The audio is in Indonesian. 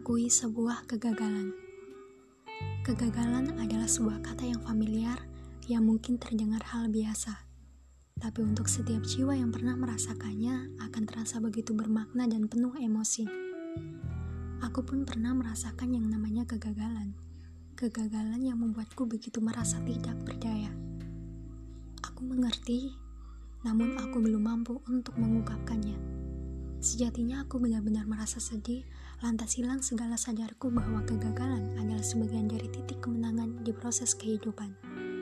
mengakui sebuah kegagalan. Kegagalan adalah sebuah kata yang familiar yang mungkin terdengar hal biasa. Tapi untuk setiap jiwa yang pernah merasakannya akan terasa begitu bermakna dan penuh emosi. Aku pun pernah merasakan yang namanya kegagalan. Kegagalan yang membuatku begitu merasa tidak berdaya. Aku mengerti, namun aku belum mampu untuk mengungkapkannya. Sejatinya aku benar-benar merasa sedih, lantas hilang segala sadarku bahwa kegagalan adalah sebagian dari titik kemenangan di proses kehidupan.